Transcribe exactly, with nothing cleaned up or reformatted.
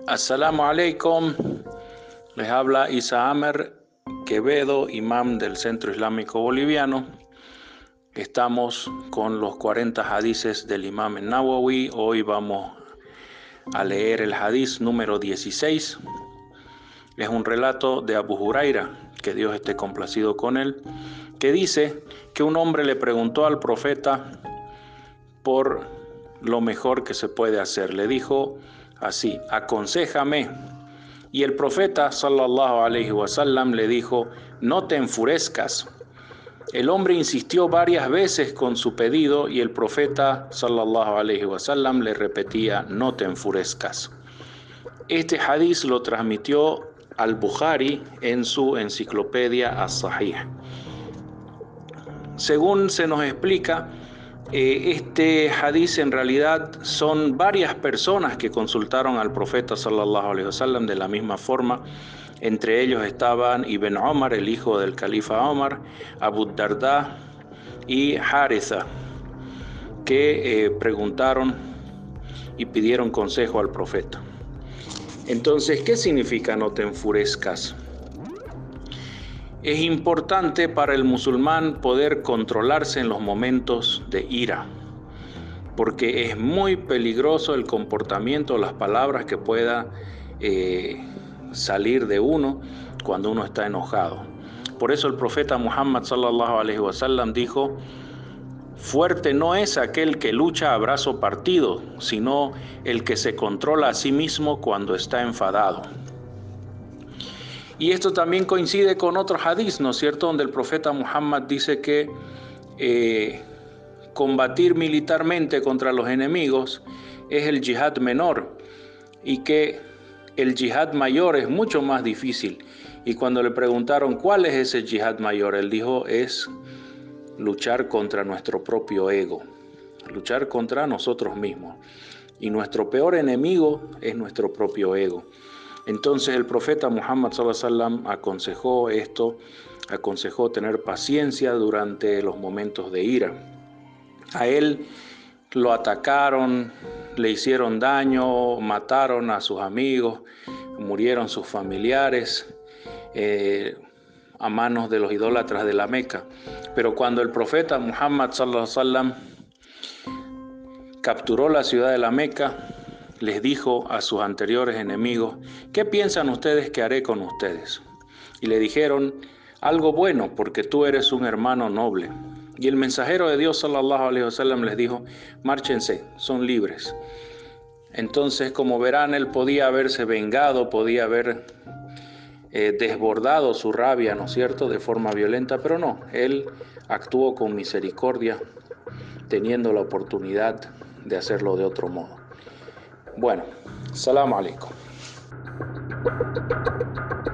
Assalamu alaikum, les habla Isa Amer Quevedo, imam del Centro Islámico Boliviano. Estamos con los cuarenta hadices del imam Nawawi. Hoy vamos a leer el hadiz número dieciséis. Es un relato de Abu Huraira, que Dios esté complacido con él, que dice que un hombre le preguntó al profeta por lo mejor que se puede hacer. Le dijo así: aconséjame. Y el profeta sallallahu alaihi wasallam le dijo: no te enfurezcas. El hombre insistió varias veces con su pedido y el profeta sallallahu alaihi wasallam le repetía: no te enfurezcas. Este hadiz lo transmitió al-Bukhari en su enciclopedia As-Sahih. Según se nos explica, Eh, este hadiz en realidad son varias personas que consultaron al profeta sallallahu alaihi wasallam de la misma forma. Entre ellos estaban Ibn Omar, el hijo del califa Omar, Abu Darda y Haritha, que eh, preguntaron y pidieron consejo al profeta. Entonces, ¿qué significa no te enfurezcas? Es importante para el musulmán poder controlarse en los momentos de ira, porque es muy peligroso el comportamiento, las palabras que pueda eh, salir de uno cuando uno está enojado. Por eso el profeta Muhammad sallallahu alaihi wasallam dijo: fuerte no es aquel que lucha a brazo partido, sino el que se controla a sí mismo cuando está enfadado. Y esto también coincide con otro hadiz, ¿no es cierto?, donde el profeta Muhammad dice que eh, combatir militarmente contra los enemigos es el yihad menor y que el yihad mayor es mucho más difícil. Y cuando le preguntaron cuál es ese yihad mayor, él dijo: es luchar contra nuestro propio ego, luchar contra nosotros mismos. Y nuestro peor enemigo es nuestro propio ego. Entonces el profeta Muhammad sallallahu alaihi wasallam aconsejó esto, aconsejó tener paciencia durante los momentos de ira. A él lo atacaron, le hicieron daño, mataron a sus amigos, murieron sus familiares eh, a manos de los idólatras de la Meca. Pero cuando el profeta Muhammad sallallahu alaihi wasallam capturó la ciudad de la Meca, les dijo a sus anteriores enemigos: ¿qué piensan ustedes que haré con ustedes? Y le dijeron: algo bueno, porque tú eres un hermano noble. Y el mensajero de Dios sallallahu alaihi wasallam les dijo: márchense, son libres. Entonces, como verán, él podía haberse vengado, podía haber eh, desbordado su rabia, ¿no es cierto?, de forma violenta, pero no, él actuó con misericordia, teniendo la oportunidad de hacerlo de otro modo. Bueno, Assalamu alaikum.